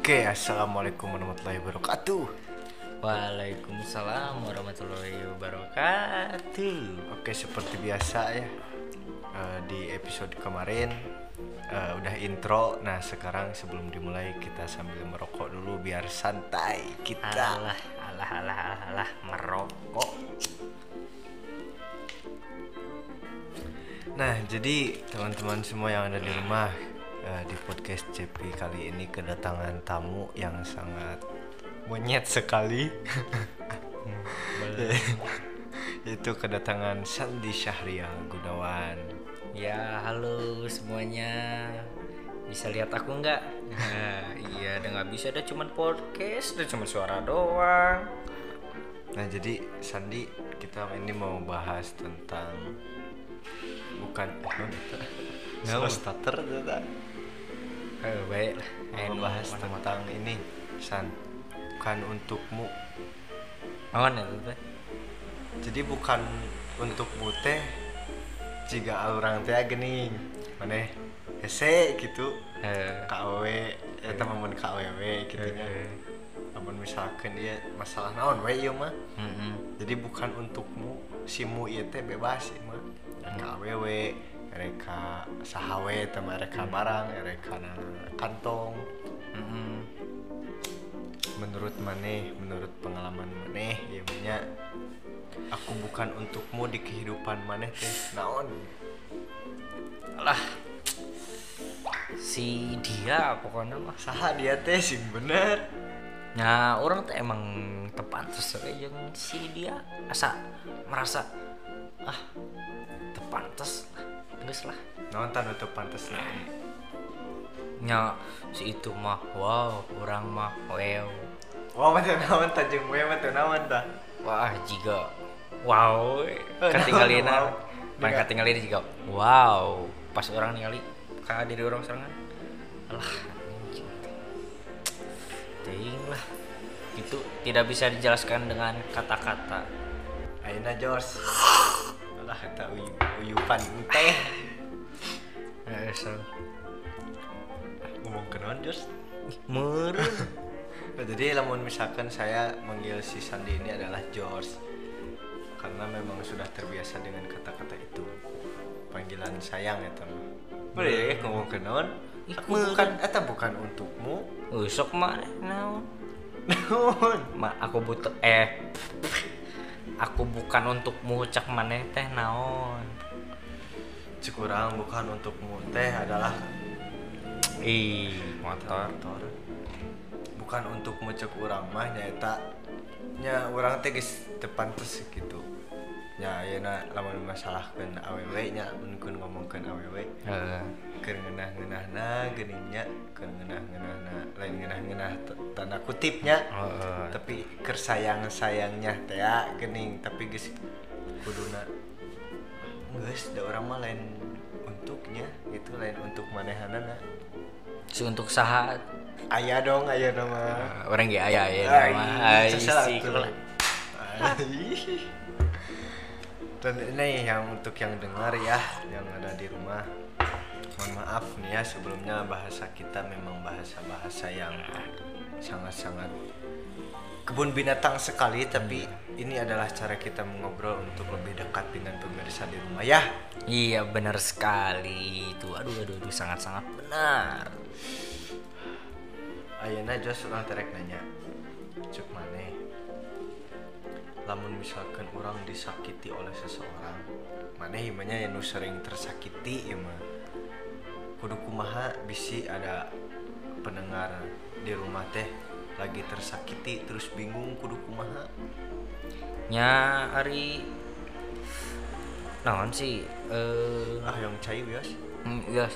Oke, assalamualaikum warahmatullahi wabarakatuh. Waalaikumsalam warahmatullahi wabarakatuh. Oke, seperti biasa ya, di episode kemarin udah intro. Nah, sekarang sebelum dimulai kita sambil merokok dulu biar santai kita. Alah, merokok. Nah, jadi teman-teman semua yang ada di rumah, di podcast CP kali ini kedatangan tamu yang sangat monyet sekali. Itu kedatangan Sandi Syahrial Gunawan. Ya, halo semuanya. Bisa lihat aku nggak? Iya, udah nggak bisa. Udah cuman podcast, udah cuma suara doang. Nah, jadi Sandi, kita ini mau bahas tentang bukan starter tentang Baik lah. mau bahas tentang ini San, bukan untukmu. Mana itu teh? Jadi bukan untukmu teh jika orang teh geuning maneh hese gitu KW eta mun KWW gitu nya. Namun misalkan dia masalah naon we ieu mah. Jadi bukan untukmu, simu ieu teh bebas ieu mah. KWW mereka sahawe teh mereka barang mereka kantong. Menurut maneh, menurut pengalaman maneh ieu nya aku bukan untukmu di kehidupan maneh teh naon? Alah, si dia pokoknya mah. Saha dia teh sing bener. Nah, orang tuh emang tepantes yang si dia asa merasa tepantes geus lah. Naon tanu teu pantesna? Nya si itu mah wow, orang mah wow. Wah, mah teu naon tah jeung we mah teu naon tah. Wah, jiga wow, katinggalina. Wow. Pan katinggalina jiga wow. Pas orang ningali ka diri orang serangan. Alah, anjing. Ting lah. Itu tidak bisa dijelaskan dengan kata-kata. Ayeuna Jos. Alah eta uyupan teh. So. Ngomong ke naon Jos? Meureun. Nah, jadi lamun misalkan saya manggil si Sandi ini adalah George karena memang sudah terbiasa dengan kata-kata itu, panggilan sayang eta mah. Boleh ngomong ke naon? Aku bukan eta bukan untukmu. Sok mah naon? Naon? Aku butuh aku bukan untukmu cak maneh teh naon? Cek urang bukan untukmu teh adalah motor. Bukan untukmu cek urang mah nyaeta nya urang teh geus teu pantes gitu. Nya ayeuna lamun masalahkeun awewe nya mun ngomongkeun awewe. Keur ngeunah-ngeunahna geuning nya, keur ngeunah-ngeunahna lain ngeunah-ngeunah tanda kutipnya. Tapi keur sayang-sayangnya teh geuning tapi geus kuduna geus da urang mah lain untuknya gitu, lain untuk manehanana. Si untuk saha? Aya dong, aya nama. Orang ge aya nama. Dan ini yang untuk yang dengar ya, yang ada di rumah. Mohon maaf nih ya sebelumnya bahasa kita memang bahasa-bahasa yang sangat-sangat kebun binatang sekali, tapi ini adalah cara kita mengobrol untuk lebih dekat dengan pemirsa di rumah ya. Iya benar sekali itu. Aduh sangat-sangat benar. Ayeuna Jos urang terek nanya, cek maneh lamun misalkan orang disakiti oleh seseorang, maneh imanya yang sering tersakiti ieu mah kudu kumaha bisi ada pendengar di rumah teh lagi tersakiti terus bingung kudu kumaha. Nya ari naon sih Yang cai bias. Yes.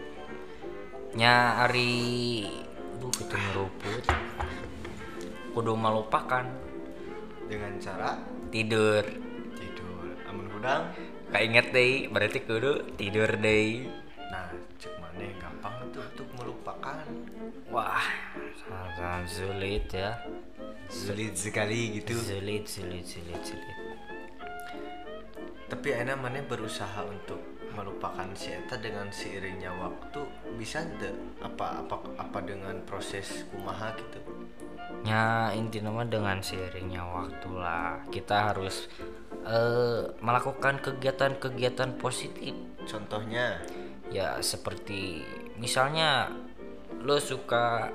Nya ari kitu ngeruput. Kudu melupakan Dengan cara tidur. Amun hudang Kainget deui berarti kudu tidur deui. nah cek maneh gampang tuh untuk melupakan. Wah, sangat sulit ya. Sulit sekali gitu. Sulit. Tapi ayeuna maneh berusaha untuk melupakan si eta dengan seiringnya waktu bisa ente apa dengan proses kumaha gitu. Ya intinya mah dengan seiringnya waktu lah kita harus melakukan kegiatan-kegiatan positif. Contohnya Ya seperti misalnya lo suka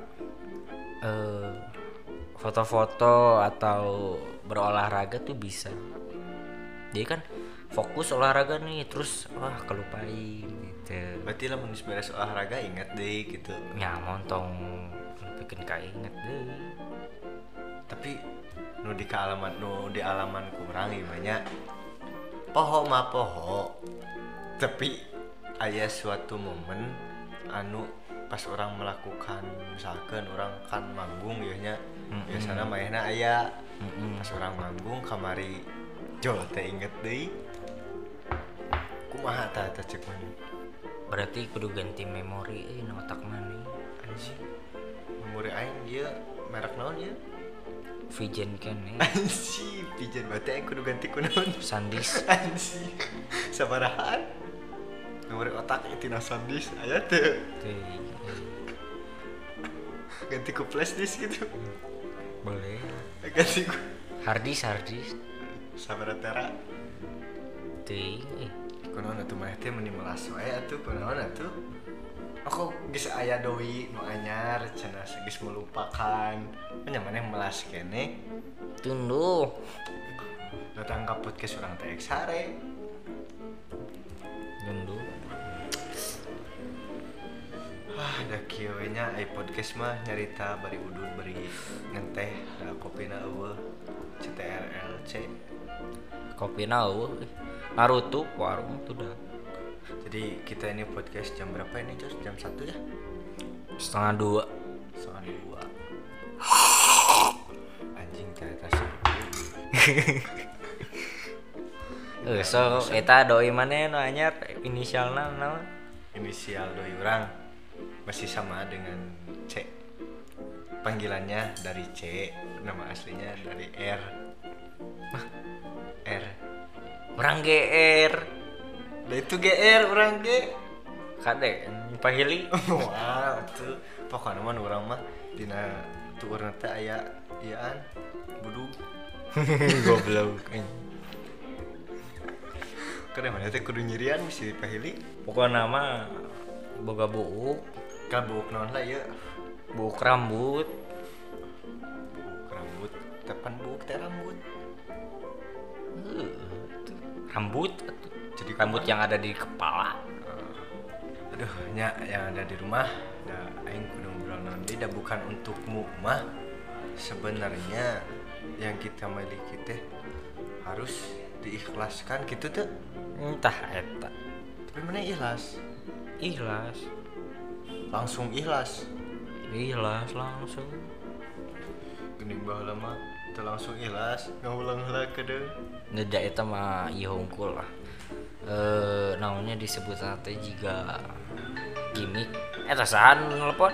foto-foto atau berolahraga tuh bisa. Jadi kan fokus olahraga nih terus wah kelupain gitu. berarti lah menulis beres olahraga ingat deh gitu. Ya montong bikin kainget deh. Tapi nu di alaman kurang banyak poho mah poho, tapi aya suatu momen anu pas orang melakukan misalkan orang kan manggung ya nya biasanya mainnya aya pas orang manggung kamari jo teh inget deui kumaha tah cek mana Berarti kudu ganti memori na otak mana anjing memori aing ieu merek naon ieu Vision kan anjing pijen berarti aing kudu ganti ku naon Sandis. anjing sabarahan memori otak itu tina SanDisk aya teu ganti ku flash disk gitu Boleh. ganti ku Hardis sabaraha tera teuing kunaon atuh maneh teh meuni melas wae atuh kunaon atuh aku geus aya doi nu anyar cenah geus melupakan nya maneh melas keneh tunduh. datang ka podcast urang teh sare Tunduh. da kieu we nya ai podcast mah nyarita bari udud bari ngenteh da kopina eueuh CTRLC Kopi eueuh. Naruto warung tuh dah. jadi kita ini podcast jam berapa ini Jos? Jam 1 ya? 1:30. Soal 2 anjing ternyata sih So eta doi mana nu anyar inisialna naon? inisial doi urang masih sama dengan C panggilannya dari C nama aslinya dari R R Urang GR. da itu GR urang G Kade pahili. wah itu pokoknya mah urang mah dina tuh urang teh aya iaan budug Goblok. kada mana teh kudu nyirian mesti dipahili Pokokna mah boga buuk, kabuk naon lah ieu buuk rambut. buuk rambut tepan buuk teh rambut Rambut jadi rambut yang ada di kepala. aduh nya yang ada di rumah da aing kudu ngobrol naon deui da bukan untukmu mah sebenarnya yang kita miliki teh harus diikhlaskan gitu tuh Entah eta. tapi mana ikhlas Ikhlas. langsung ikhlas Ikhlas langsung. geuning baheula mah teu langsung ikhlas ngaulang heula kedeung Neda eta mah ieu hungkul lah. Naonnya disebut teh jiga gimmick. Eta sahan nelpon?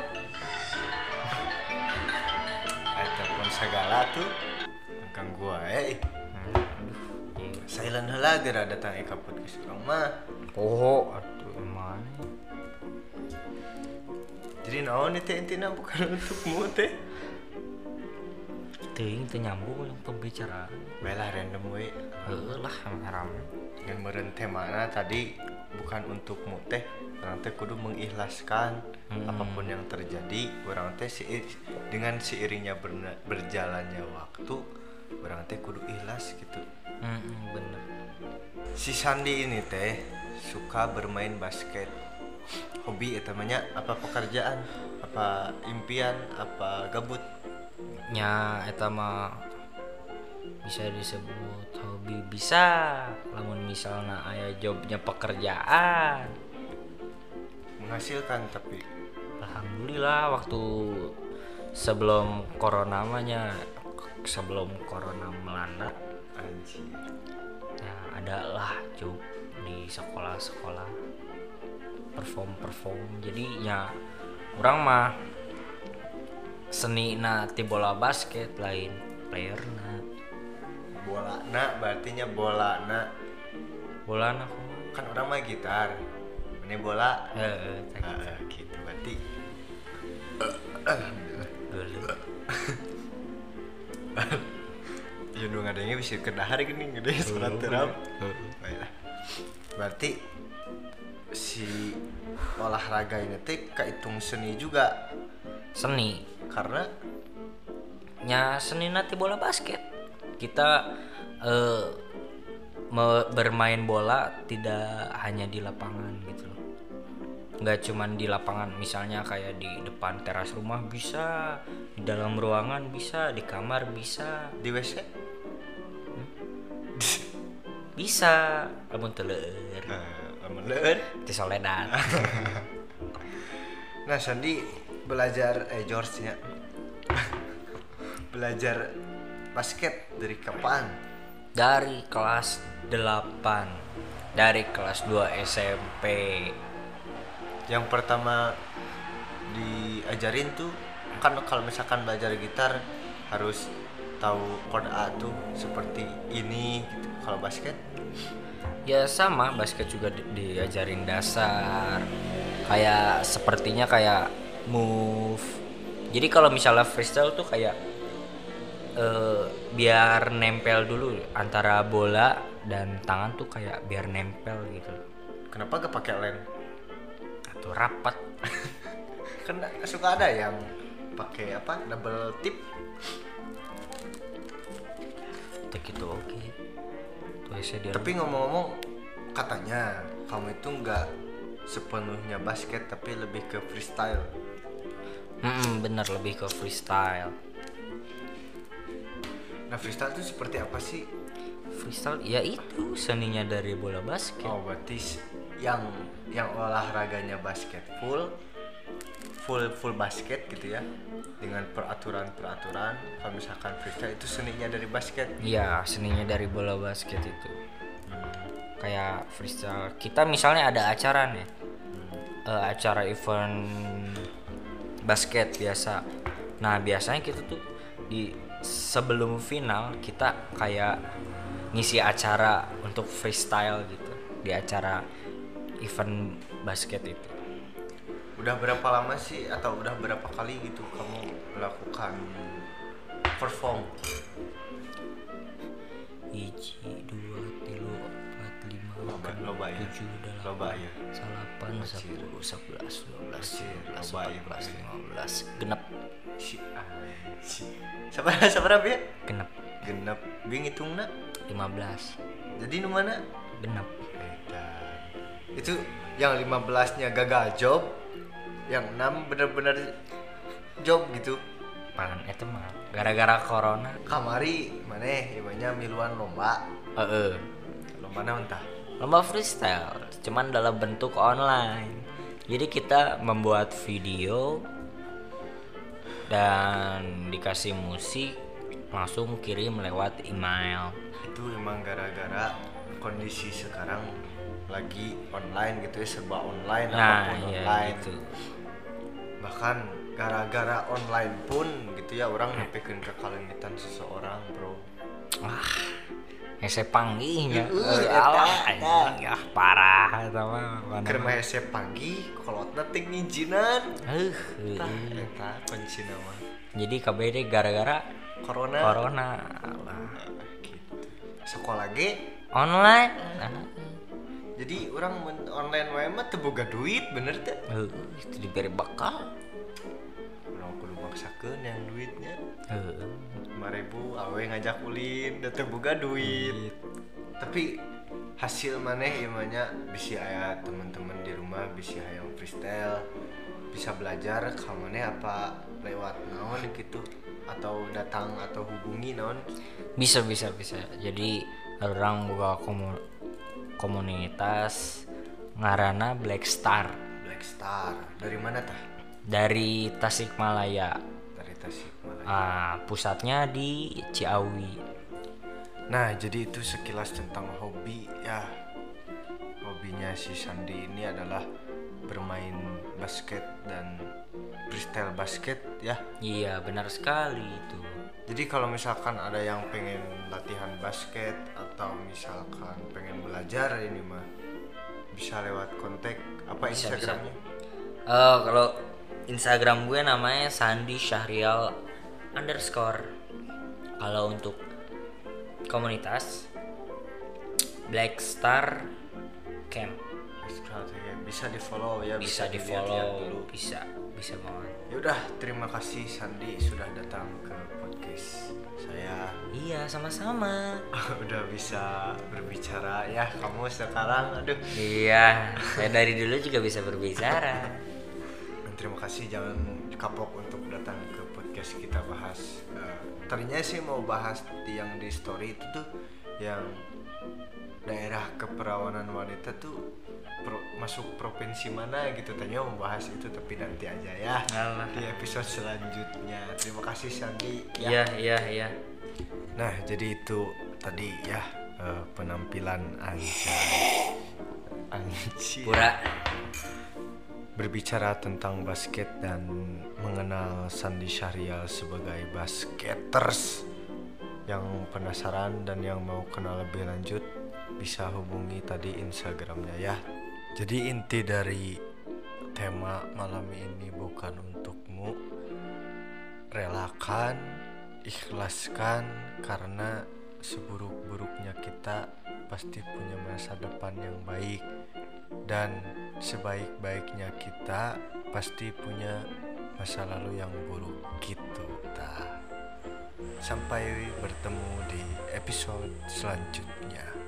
eta pun segala tuh ganggu wae silent heula geura datang ka podcast urang mah Oh, atuh emang. jadi naon itu intina bukan untukmu teh Teuing teu nyambung yang pembicaraan. baelah random we Heuh lah rame. yang meureun temana tadi bukan untukmu teh orang teh kudu mengikhlaskan apapun yang terjadi orang teh dengan seiringnya berjalannya waktu orang teh kudu ikhlas gitu. Bener. Si Sandi ini teh suka bermain basket hobi eta mah nya apa pekerjaan apa impian apa gabut Nya eta mah bisa disebut hobi bisa lamun misalnya aya jobnya pekerjaan. menghasilkan tapi Alhamdulillah waktu sebelum corona nya sebelum corona melanda anjir ya adalah job di sekolah-sekolah perform jadinya orang mah seni na ti bola basket lain player na bola na berarti nya bola na bola na kan orang main gitar, mana bola. Gitu. Gitu berarti. Dulu. Ya nu ngadengnya bisa kedahar gini gede surat terap. Baiklah. Berarti si olahraga ini teh kaitung seni juga Seni. karena Seni nanti bola basket. Kita bermain bola tidak hanya di lapangan gitu loh. Nggak cuman di lapangan, misalnya kayak di depan teras rumah bisa, di dalam ruangan bisa, di kamar bisa. di WC. Bisa, lamun teleur. Lamun leueur. Di Soledad. Nah, Sandi belajar George nya. Belajar basket dari kapan? Dari kelas 8. Dari kelas 2 SMP. Yang pertama diajarin tuh kan kalau misalkan belajar gitar harus tahu chord A tuh seperti ini gitu. Kalau basket Ya sama, basket juga diajarin dasar. Kayak sepertinya kayak move. Jadi kalau misalnya freestyle tuh kayak biar nempel dulu antara bola dan tangan tuh kayak biar nempel gitu. kenapa gak pakai lem? Atau rapat. Kan suka ada yang pakai apa double tip. Kayak gitu oke. Tuh saya dia. Tapi ngomong-ngomong katanya kamu itu nggak sepenuhnya basket tapi lebih ke freestyle. Bener, lebih ke freestyle. Nah, freestyle itu seperti apa sih? Freestyle ya itu seninya dari bola basket. Oh, berarti yang olahraganya basket full basket gitu ya, dengan peraturan. Kalau misalkan freestyle itu seninya dari basket. Iya, seninya dari bola basket itu. Kayak freestyle. Kita misalnya ada acara nih. Acara event basket biasa. Nah, biasanya kita tuh di sebelum final kita kayak ngisi acara untuk freestyle gitu di acara event basket itu. Udah berapa lama sih atau udah berapa kali gitu kamu melakukan perform? 1, 2, 3, 4, 5, Loba ya? 7, Loba ya? 8, 10, 11, 12, 13, Loba ya? 14, 15, genep. Sabar ya? Genep Bing hitungna 15 jadi nu mana? genep. Itu yang 15-nya gagal job, yang 6 bener-bener job gitu. Pan itu mah gara-gara corona. Kamari maneh imannya miluan lomba. Lomba naon tah? Lomba freestyle cuman dalam bentuk online. Jadi kita membuat video dan dikasih musik, langsung kirim lewat email. Itu emang gara-gara kondisi sekarang lagi online gitu ya, serba online, apapun iya online gitu. Bahkan gara-gara online pun gitu ya orang nepikeun ke kalengitan seseorang, bro. Wah, hese panggihnya. Eta. Ya parah eta mah. Keur mah hese panggih kolotna teh ngijinan. Tah eta kuncina mah. Jadi KBD gara-gara Corona. lah. Gitu. Sekolah ge Online. jadi orang online wae mah teu boga duit, bener teh. Itu diberi bakal. Urang kudu maksakeun yang duitnya. 5.000 awe ngajak ulin, da teu boga duit. Tapi hasil maneh ieu mah nya bisi aya teman-teman di rumah bisi hayang freestyle, bisa belajar ka maneh apa lewat naon gitu atau datang atau hubungi naon. Bisa. Jadi orang buka komunitas ngaranna Black Star. Black Star dari mana tah? Dari Tasikmalaya. Dari Tasikmalaya. Pusatnya di Ciawi. Nah, jadi itu sekilas tentang hobi ya. Hobinya si Sandi ini adalah bermain basket dan freestyle basket ya. Iya, benar sekali itu. Jadi kalau misalkan ada yang pengen latihan basket atau misalkan pengen belajar ini mah bisa lewat kontak apa Bisa, Instagramnya? Kalau Instagram gue namanya Sandi Syahrial _ kalau untuk komunitas Black Star Camp Bisa di follow ya, bisa di dilihat-lihat follow, dulu. bisa banget. Yaudah, terima kasih Sandi sudah datang ke podcast saya. Iya, sama-sama. Udah bisa berbicara ya kamu sekarang. Aduh. Iya, saya dari dulu juga bisa berbicara. Dan terima kasih, jangan kapok untuk datang ke podcast kita bahas. Tadinya sih mau bahas yang di story itu tuh yang daerah keperawanan wanita tuh masuk provinsi mana gitu, tadinya mau bahas itu tapi nanti aja ya. Alah. Di episode selanjutnya. Terima kasih Sandi. Iya. Nah, jadi itu tadi ya penampilan Anji Pura. berbicara tentang basket dan mengenal Sandi Syahrial sebagai basketers. Yang penasaran dan yang mau kenal lebih lanjut bisa hubungi tadi Instagramnya ya. Jadi inti dari tema malam ini bukan untukmu, relakan, ikhlaskan, karena seburuk-buruknya kita pasti punya masa depan yang baik, dan sebaik-baiknya kita pasti punya masa lalu yang buruk gitu. Sampai bertemu di episode selanjutnya.